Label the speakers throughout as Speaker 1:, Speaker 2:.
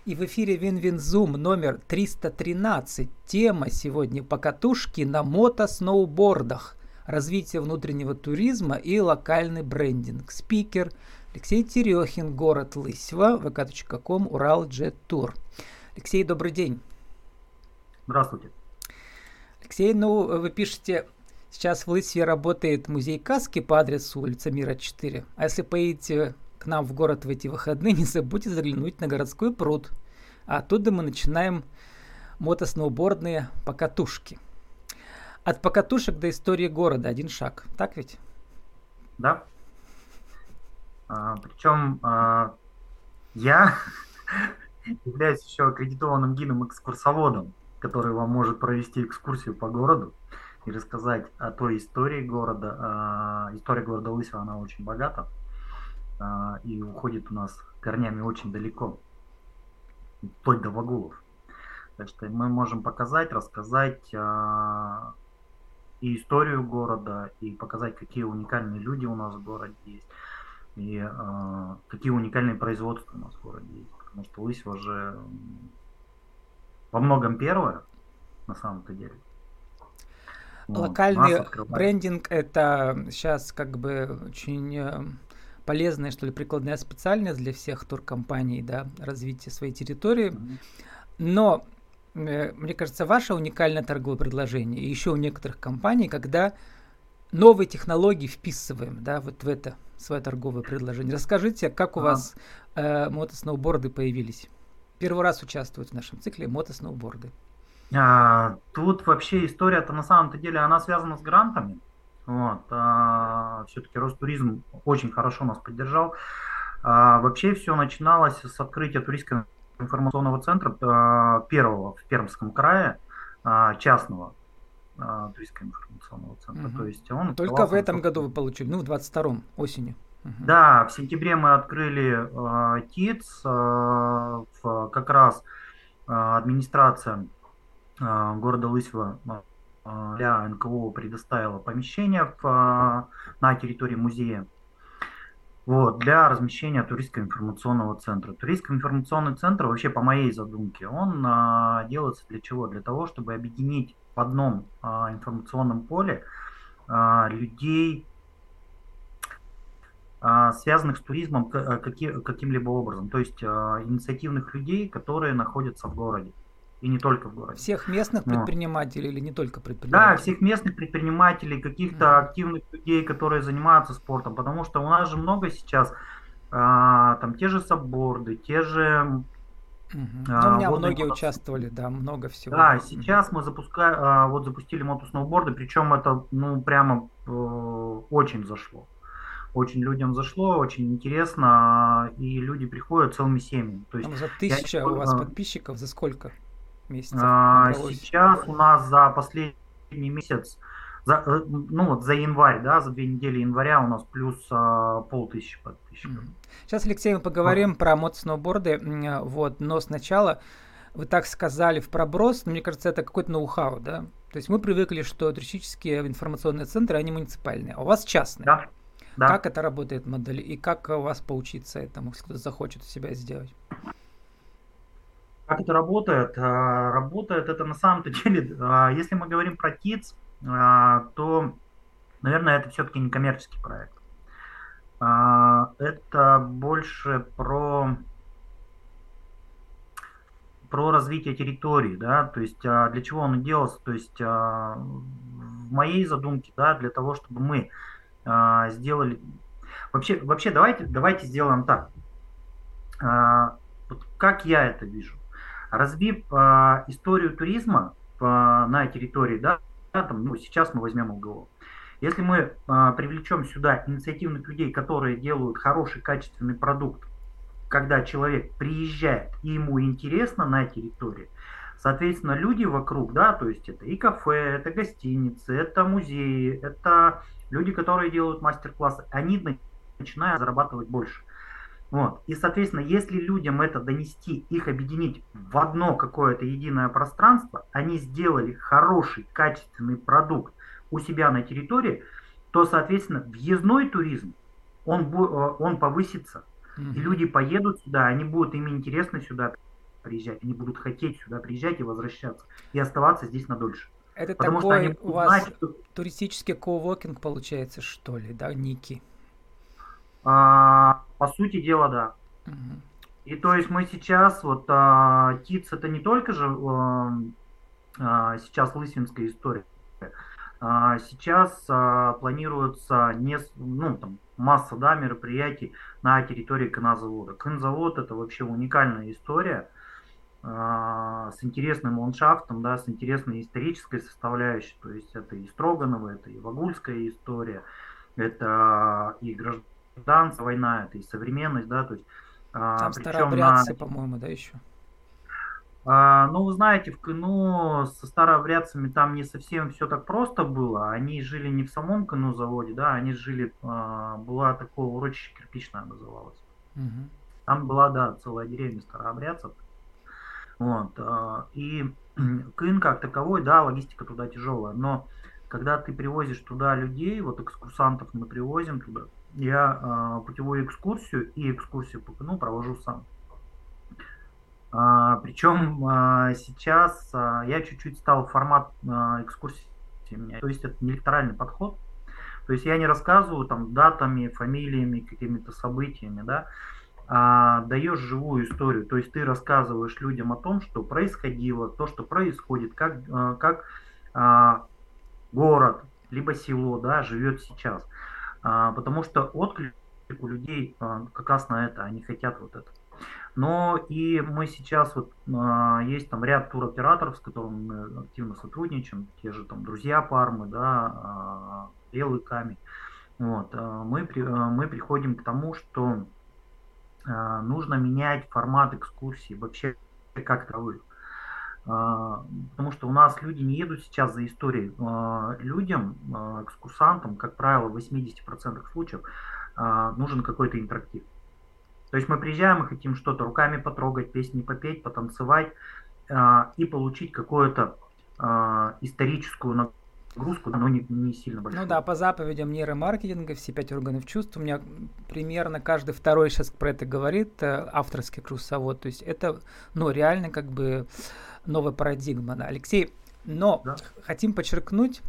Speaker 1: И в эфире Винвинзум номер 313. Тема сегодня покатушки на мотосноубордах, развитие внутреннего туризма и локальный брендинг. Спикер Алексей Терехин, город Лысьва, vk.com, Урал Джет Тур. Алексей, добрый день.
Speaker 2: Здравствуйте.
Speaker 1: Алексей, вы пишете, сейчас в Лысьве работает музей каски по адресу улица Мира 4. А если поедете к нам в город в эти выходные, не забудьте заглянуть на городской пруд. А оттуда мы начинаем мотосноубордные покатушки. От покатушек до истории города один шаг. Так ведь?
Speaker 2: Да. Причем я являюсь еще аккредитованным гидом-экскурсоводом, который вам может провести экскурсию по городу и рассказать о той истории города. История города Лысьва, она очень богата и уходит у нас корнями очень далеко, вплоть до Вагулов. Так что мы можем показать, рассказать и историю города, и показать, какие уникальные люди у нас в городе есть, и какие уникальные производства у нас в городе есть. Потому что Лысьва же во многом первое, на самом-то деле.
Speaker 1: Локальный брендинг – это сейчас как бы очень полезная, что ли, прикладная специальность для всех туркомпаний, да, развитие своей территории. Но, мне кажется, ваше уникальное торговое предложение, и еще у некоторых компаний, когда новые технологии вписываем, да, вот в это свое торговое предложение. Расскажите, как у вас мотосноуборды появились? Первый раз участвуют в нашем цикле мотосноуборды.
Speaker 2: Тут вообще история-то на самом-то деле, она связана с грантами. Вот, все-таки Ростуризм очень хорошо нас поддержал. Вообще все начиналось с открытия туристского информационного центра первого в Пермском крае, частного туристского информационного центра.
Speaker 1: Угу.
Speaker 2: То есть он
Speaker 1: только в этом году вы получили, в 22-м, осенью.
Speaker 2: Угу. Да, в сентябре мы открыли ТИЦ, как раз администрация города Лысьва для НКО предоставила помещение на территории музея для размещения туристского информационного центра. Туристский информационный центр, вообще по моей задумке, он делается для чего? Для того, чтобы объединить в одном информационном поле людей, связанных с туризмом каким-либо образом. То есть инициативных людей, которые находятся в городе. И не только в городе.
Speaker 1: Всех местных предпринимателей или не только предпринимателей?
Speaker 2: Да, всех местных предпринимателей, каких-то активных людей, которые занимаются спортом. Потому что у нас же много сейчас, там те же сабборды, те же...
Speaker 1: У меня многие участвовали, да, много всего.
Speaker 2: Да, сейчас мы запустили мотосноуборды, причем это, прямо очень зашло. Очень людям зашло, очень интересно, и люди приходят целыми семьями. То есть,
Speaker 1: там за 1000 у вас подписчиков, за сколько месяцев?
Speaker 2: Сейчас у нас за последний месяц, за январь, да, за 2 недели января у нас плюс 500 подписчиков.
Speaker 1: Сейчас, Алексей, мы поговорим про мотосноуборды, но сначала вы так сказали в проброс, но мне кажется, это какой-то ноу-хау, да? То есть мы привыкли, что туристические информационные центры, они муниципальные, а у вас частные.
Speaker 2: Да. Да.
Speaker 1: Как это работает модель и как у вас поучиться этому, если кто-то захочет у себя сделать?
Speaker 2: Как это работает? Работает это на самом-то деле, если мы говорим про ТИЦ, то, наверное, это все-таки не коммерческий проект. Это больше про развитие территории, да, то есть для чего он делался, то есть в моей задумке, да, для того, чтобы мы сделали... Вообще давайте сделаем так. Как я это вижу? Разбив историю туризма на территории, да, там, сейчас мы возьмем ЛГО. Если мы привлечем сюда инициативных людей, которые делают хороший, качественный продукт, когда человек приезжает и ему интересно на территории, соответственно, люди вокруг, да, то есть это и кафе, это гостиницы, это музеи, это люди, которые делают мастер-классы, они начинают зарабатывать больше. И, соответственно, если людям это донести, их объединить в одно какое-то единое пространство, они сделали хороший, качественный продукт у себя на территории, то, соответственно, въездной туризм, он повысится. И люди поедут сюда, они будут, им интересно сюда приезжать, они будут хотеть сюда приезжать и возвращаться, и оставаться здесь надольше.
Speaker 1: Это
Speaker 2: Потому что они
Speaker 1: такой у
Speaker 2: будут знать,
Speaker 1: вас
Speaker 2: что
Speaker 1: туристический коуворкинг получается, что ли, да, Ники?
Speaker 2: по сути дела, да.
Speaker 1: Мгм.
Speaker 2: И то есть мы сейчас, вот ТИЦ это не только же сейчас лысинская история. Сейчас планируется ну, там, масса, да, мероприятий на территории конозавода. Конозавод это вообще уникальная история с интересным ландшафтом, да, с интересной исторической составляющей. То есть это и Строганово, это и Вагульская история, это и гражданская война, это и современность, да, то есть
Speaker 1: Там
Speaker 2: причем на
Speaker 1: старообрядцы, по-моему, да, еще?
Speaker 2: ну, вы знаете, в КНУ со старообрядцами там не совсем все так просто было. Они жили не в самом КНУ заводе, да, они жили, была такое урочище кирпичное называлось.
Speaker 1: Мгм.
Speaker 2: Там была, да, целая деревня старообрядцев. Вот, и КН как таковой, да, логистика туда тяжелая, но когда ты привозишь туда людей, вот экскурсантов мы привозим туда, я путевую экскурсию и экскурсию по КНУ провожу сам. Причем сейчас я чуть-чуть стал формат экскурсии менять. То есть это не лекторальный подход. То есть я не рассказываю там датами, фамилиями, какими-то событиями, да, даешь живую историю. То есть ты рассказываешь людям о том, что происходило, то, что происходит, как город, либо село, да, живет сейчас. Потому что отклик у людей как раз на это, они хотят вот это. Но и мы сейчас вот есть там ряд туроператоров, с которыми мы активно сотрудничаем, те же там друзья Пармы, да, Белый камень. Вот, мы приходим к тому, что нужно менять формат экскурсий вообще как таковых. Потому что у нас люди не едут сейчас за историей. Людям, экскурсантам, как правило, в 80% случаев нужен какой-то интерактив. То есть мы приезжаем и хотим что-то руками потрогать, песни попеть, потанцевать и получить какую-то историческую нагрузку, но не сильно
Speaker 1: Ну
Speaker 2: большую.
Speaker 1: да, по заповедям нейромаркетинга все 5 органов чувств. У меня примерно каждый второй сейчас про это говорит, авторский экскурсовод. То есть это, ну, реально как бы новая парадигма. Да. Алексей, но
Speaker 2: Да?
Speaker 1: хотим подчеркнуть,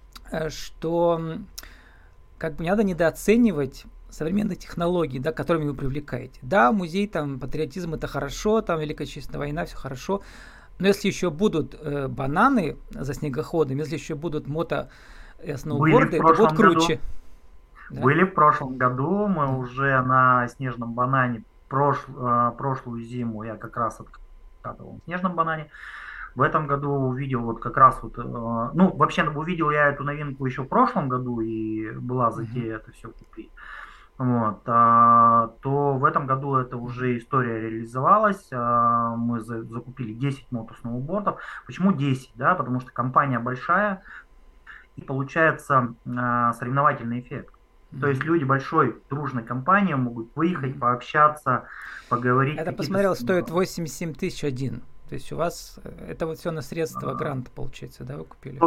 Speaker 1: что как бы не надо недооценивать современные технологии, да, которыми вы привлекаете. Да, музей, там, патриотизм это хорошо, там, Великая Отечественная война, все хорошо. Но если еще будут бананы за снегоходом, если еще будут сноуборды, это будет круче.
Speaker 2: Да? Были в прошлом году, мы уже на снежном банане прошлую зиму я как раз откатывал на снежном банане. В этом году увидел вот как раз вот, ну, вообще увидел я эту новинку еще в прошлом году, и была затея это все купить. Вот, то в этом году это уже история реализовалась. Мы закупили 10 мотосноубордов. Почему 10? Да, потому что компания большая, и получается соревновательный эффект. То есть люди большой дружной компании могут выехать, пообщаться, поговорить.
Speaker 1: Это посмотрел, стоит 87 тысяч один. То есть у вас это вот все на средства гранта получается, да, вы купили?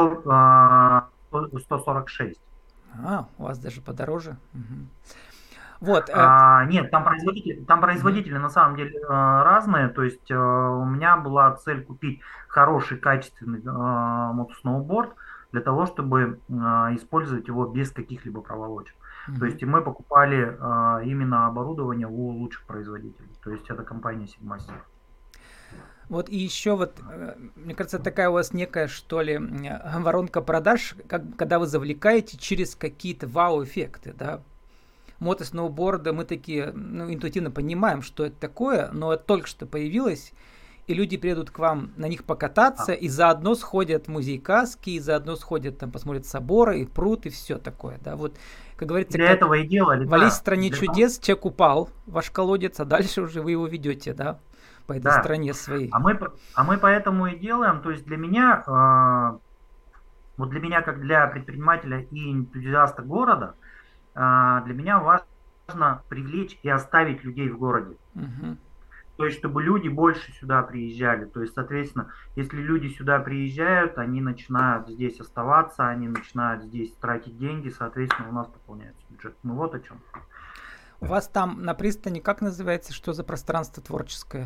Speaker 2: 146.
Speaker 1: У вас даже подороже. Угу. Вот.
Speaker 2: Нет, там производители на самом деле разные. То есть у меня была цель купить хороший, качественный мотосноуборд для того, чтобы использовать его без каких-либо проволочек. То есть и мы покупали именно оборудование у лучших производителей. То есть это компания Sigmaster.
Speaker 1: Вот и еще вот, мне кажется, такая у вас некая, что ли, воронка продаж, когда вы завлекаете через какие-то вау-эффекты, да. Мотосноуборды, мы такие, ну, интуитивно понимаем, что это такое, но это только что появилось, и люди приедут к вам на них покататься, и заодно сходят в музей каски, и заодно сходят, там, посмотрят соборы, и пруд, и все такое, да, вот, как говорится,
Speaker 2: для этого и делали.
Speaker 1: В Алисе в стране чудес человек упал, ваш колодец, а дальше уже вы его ведете, да, по этой стране своей.
Speaker 2: А мы поэтому и делаем, то есть для меня, вот для меня, как для предпринимателя и энтузиаста города, для меня важно привлечь и оставить людей в городе. То есть, чтобы люди больше сюда приезжали. То есть, соответственно, если люди сюда приезжают, они начинают здесь оставаться, они начинают здесь тратить деньги, соответственно, у нас пополняется бюджет. Ну вот о чем.
Speaker 1: У вас там на пристани как называется, что за пространство творческое?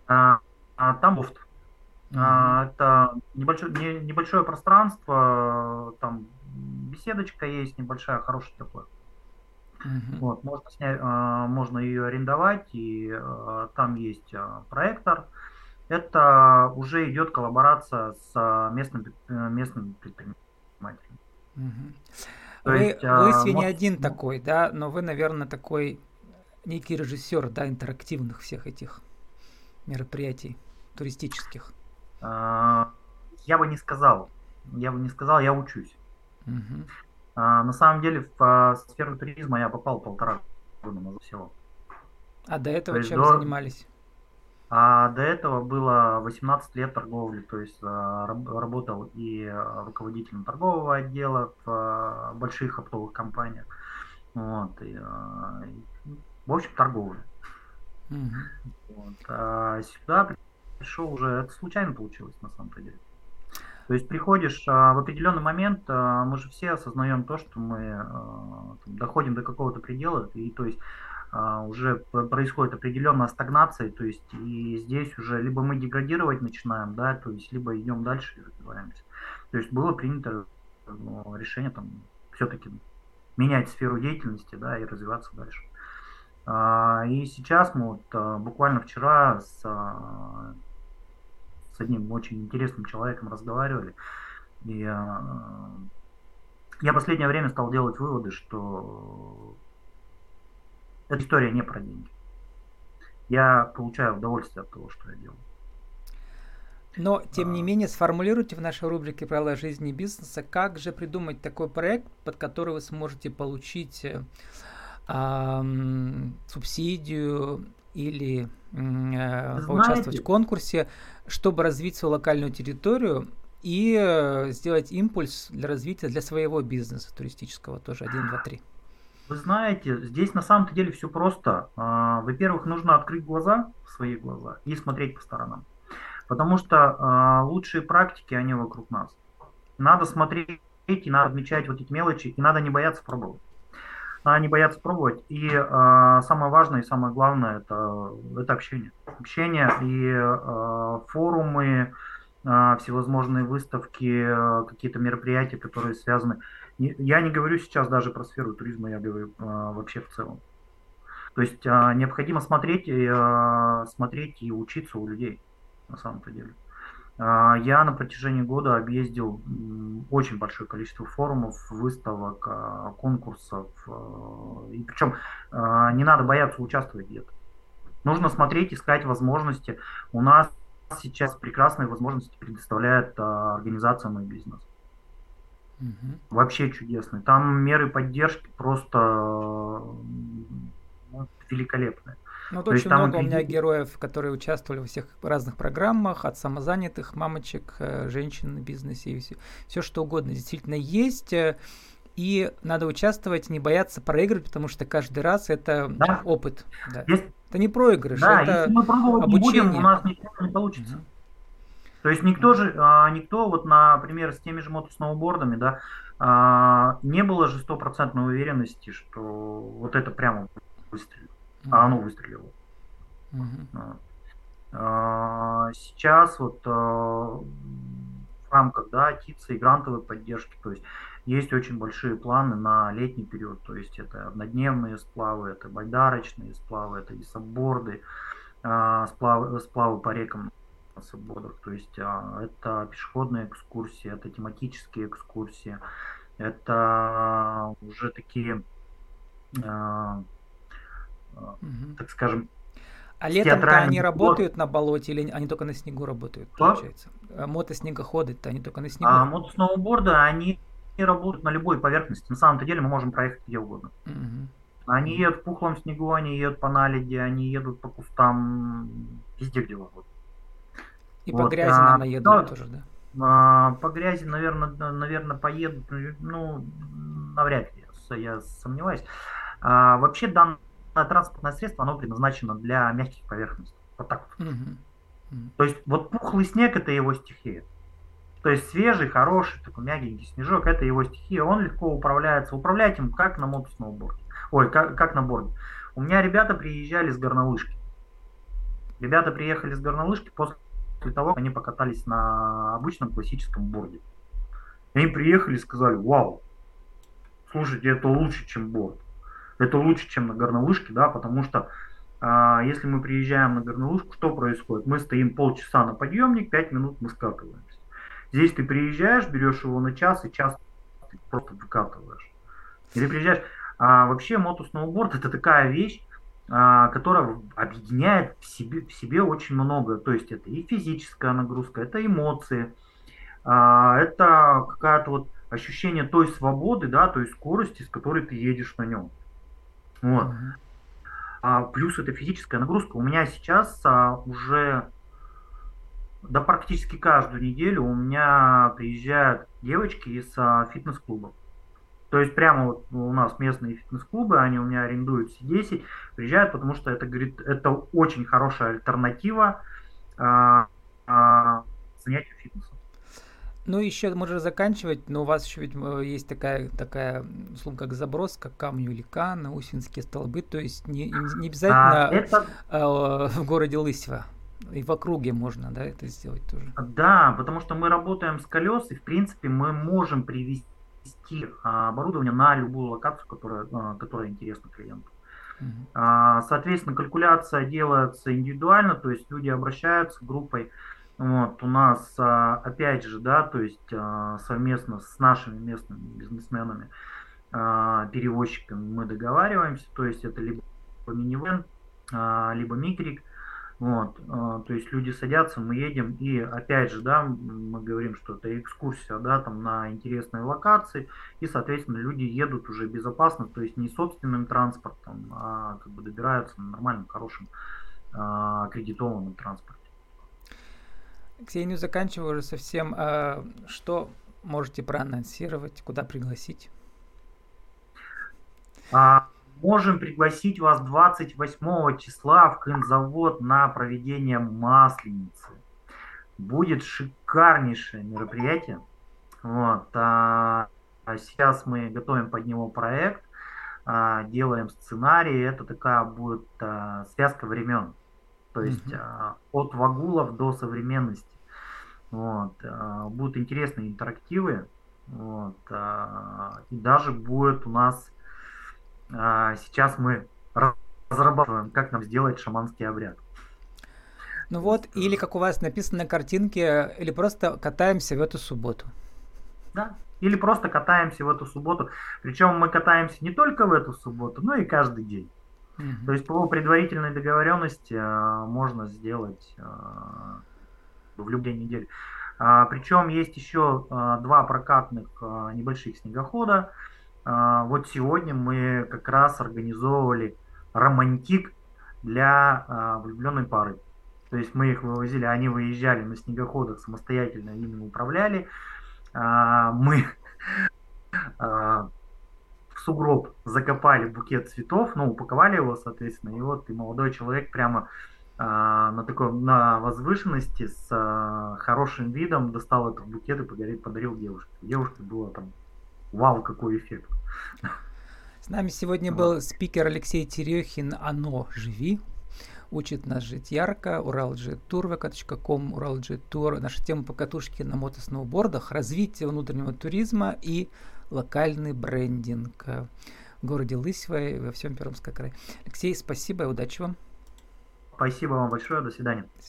Speaker 2: А, там лофт.
Speaker 1: Мгм.
Speaker 2: Это небольшое пространство, там беседочка есть небольшая, хорошая такое.
Speaker 1: Мгм.
Speaker 2: Вот, можно снять, можно ее арендовать, и там есть проектор. Это уже идет коллаборация с местным предпринимателем.
Speaker 1: Мгм.
Speaker 2: То есть,
Speaker 1: Вы свинья
Speaker 2: может,
Speaker 1: один такой, да, но вы, наверное, такой некий режиссер, да, интерактивных всех этих мероприятий туристических.
Speaker 2: я бы не сказал, я учусь.
Speaker 1: Мгм.
Speaker 2: На самом деле в сферу туризма я попал 1,5 года назад всего.
Speaker 1: А до
Speaker 2: То
Speaker 1: этого
Speaker 2: есть
Speaker 1: чем занимались?
Speaker 2: до этого было 18 лет торговли, то есть работал и руководителем торгового отдела в больших оптовых компаниях. Вот, в общем, торговля.
Speaker 1: Мгм.
Speaker 2: Вот. А сюда пришел уже, это случайно получилось на самом-то деле. То есть приходишь в определенный момент, мы же все осознаем то, что мы там доходим до какого-то предела, и то есть уже происходит определенная стагнация, то есть и здесь уже либо мы деградировать начинаем, да, то есть либо идем дальше и развиваемся. То есть было принято решение там все-таки менять сферу деятельности, да, и развиваться дальше. И сейчас мы вот буквально вчера с одним очень интересным человеком разговаривали, и я последнее время стал делать выводы, что эта история не про деньги. Я получаю удовольствие от того, что я делаю.
Speaker 1: Но, тем не
Speaker 2: А,
Speaker 1: менее, сформулируйте в нашей рубрике «Правила жизни и бизнеса», как же придумать такой проект, под который вы сможете получить субсидию или
Speaker 2: Вы
Speaker 1: поучаствовать в
Speaker 2: знаете,
Speaker 1: конкурсе, чтобы развить свою локальную территорию и сделать импульс для развития для своего бизнеса туристического тоже. Один, два, три.
Speaker 2: вы знаете, здесь на самом-то деле все просто. Во-первых, нужно открыть глаза, свои глаза, и смотреть по сторонам. Потому что лучшие практики, они вокруг нас. Надо смотреть и надо отмечать вот эти мелочи, и надо не бояться пробовать. Надо не бояться пробовать. И самое важное и самое главное это общение. Общение и форумы, всевозможные выставки, какие-то мероприятия, которые связаны. Я не говорю сейчас даже про сферу туризма, я говорю вообще в целом. То есть необходимо смотреть и учиться у людей на самом-то деле. Я на протяжении года объездил очень большое количество форумов, выставок, конкурсов. И причем не надо бояться участвовать где-то. Нужно смотреть, искать возможности. У нас сейчас прекрасные возможности предоставляет организация «Мой бизнес».
Speaker 1: Мгм.
Speaker 2: Вообще чудесные. Там меры поддержки просто великолепные.
Speaker 1: Ну, вот
Speaker 2: То есть
Speaker 1: очень
Speaker 2: там и
Speaker 1: много у меня
Speaker 2: кредиты.
Speaker 1: героев, которые участвовали во всех разных программах, от самозанятых мамочек, женщин в бизнесе и все что угодно. Действительно есть. И надо участвовать, не бояться проигрывать, потому что каждый раз это
Speaker 2: Да,
Speaker 1: опыт. Да.
Speaker 2: если,
Speaker 1: Это не проигрыш,
Speaker 2: да, если
Speaker 1: это
Speaker 2: мы пробовать не будем, у
Speaker 1: обучение.
Speaker 2: нас ничего не получится.
Speaker 1: Мгм.
Speaker 2: То есть никто вот, например, с теми же мотосноубордами, да, не было же стопроцентной уверенности, что вот это прямо выстрелит, а оно
Speaker 1: Мгм.
Speaker 2: выстрелило.
Speaker 1: Мгм.
Speaker 2: Вот. Сейчас вот в рамках, да, ТИЦа и грантовой поддержки, то есть есть очень большие планы на летний период, то есть это однодневные сплавы, это байдарочные сплавы, это и сабборды, сплавы по рекам на саббордах, то есть это пешеходные экскурсии, это тематические экскурсии, это уже такие, а,
Speaker 1: Мгм.
Speaker 2: так скажем,
Speaker 1: А
Speaker 2: с
Speaker 1: летом-то они
Speaker 2: театральным декором.
Speaker 1: работают на болоте или они только на снегу работают,
Speaker 2: Что?
Speaker 1: получается? Мотоснегоходы-то они только на снегу.
Speaker 2: А мотосноуборды, они работают на любой поверхности. На самом-то деле мы можем проехать где угодно.
Speaker 1: Мгм.
Speaker 2: Они
Speaker 1: Мгм.
Speaker 2: едут в пухлом снегу, они едут по наледи, они едут по кустам, везде где угодно.
Speaker 1: И по
Speaker 2: Вот.
Speaker 1: грязи, наверное, едут тоже, да?
Speaker 2: По грязи, наверное, поедут, ну, навряд ли, я сомневаюсь. Вообще данное транспортное средство, оно предназначено для мягких поверхностей. Вот так вот.
Speaker 1: Мгм. Мгм.
Speaker 2: То есть вот пухлый снег это его стихия. То есть свежий, хороший, такой мягенький снежок, это его стихия, он легко управляется. Управлять им как на мотосноуборде. Ой, как на борде. У меня ребята приезжали с горнолыжки. Ребята приехали с горнолыжки после того, как они покатались на обычном классическом борде. Они приехали и сказали: вау, слушайте, это лучше, чем борд. Это лучше, чем на горнолыжке, да, потому что если мы приезжаем на горнолыжку, что происходит? Мы стоим полчаса на подъемник, 5 минут мы скатываемся. Здесь ты приезжаешь, берешь его на час, и час ты просто выкатываешь. И ты приезжаешь. Вообще мотосноуборд это такая вещь, которая объединяет в себе очень много. То есть это и физическая нагрузка, это эмоции, это какая-то вот ощущение той свободы, да, той скорости, с которой ты едешь на нем. Вот.
Speaker 1: Мгм.
Speaker 2: Плюс это физическая нагрузка. У меня сейчас уже, да, практически каждую неделю у меня приезжают девочки из фитнес-клуба. То есть прямо вот у нас местные фитнес-клубы, они у меня арендуют C10, приезжают, потому что это, говорит, это очень хорошая альтернатива а, занятию фитнесом.
Speaker 1: Ну, еще можно заканчивать, но у вас еще ведь есть такая, условно, как заброска к камню Лика на Усинские столбы, то есть не обязательно
Speaker 2: Это
Speaker 1: в городе Лысьва, и в округе можно, да, это сделать тоже.
Speaker 2: Да, потому что мы работаем с колес, и в принципе мы можем привести оборудование на любую локацию, которая интересна клиенту.
Speaker 1: Мгм.
Speaker 2: Соответственно, калькуляция делается индивидуально, то есть люди обращаются группой. Вот, у нас, опять же, да, то есть совместно с нашими местными бизнесменами, перевозчиками мы договариваемся, то есть это либо минивэн, либо микрик. Вот, то есть люди садятся, мы едем, и опять же, да, мы говорим, что это экскурсия, да, там на интересные локации, и, соответственно, люди едут уже безопасно, то есть не собственным транспортом, а как бы добираются на нормальном, хорошем, аккредитованном транспорте.
Speaker 1: Ксению заканчиваю уже совсем. Что можете проанонсировать, куда пригласить?
Speaker 2: А, Можем пригласить вас 28 числа в Крымзавод на проведение Масленицы. Будет шикарнейшее мероприятие. Вот, сейчас мы готовим под него проект, делаем сценарий. Это такая будет связка времен. То есть
Speaker 1: Мгм.
Speaker 2: от вагулов до современности. Вот, будут интересные интерактивы. Вот, и даже будет у нас сейчас мы разрабатываем, как нам сделать шаманский обряд.
Speaker 1: Ну
Speaker 2: То есть,
Speaker 1: вот, или как у вас написано на картинке, или просто катаемся в эту субботу.
Speaker 2: да. Или просто катаемся в эту субботу. Причем мы катаемся не только в эту субботу, но и каждый день. То
Speaker 1: Мгм.
Speaker 2: есть по предварительной договоренности можно сделать в любой неделе. Причем есть еще два прокатных небольших снегохода. Вот сегодня мы как раз организовывали романтик для влюбленной пары. То есть мы их вывозили, они выезжали на снегоходах самостоятельно, ими управляли. Мы в сугроб закопали букет цветов, ну, упаковали его, соответственно, и вот и молодой человек прямо на возвышенности с хорошим видом достал этот букет и подарил девушке. У девушки было там, вау, какой эффект.
Speaker 1: С нами сегодня
Speaker 2: Вот.
Speaker 1: был спикер Алексей Терехин «Оно, живи». Учит нас жить ярко. Уралджетур, vk.com, Уралджетур. Наша тема покатушки на мотосноубордах, развитие внутреннего туризма и локальный брендинг в городе Лысьва и во всем Пермском крае. Алексей, спасибо и удачи вам.
Speaker 2: Спасибо вам большое, до свидания.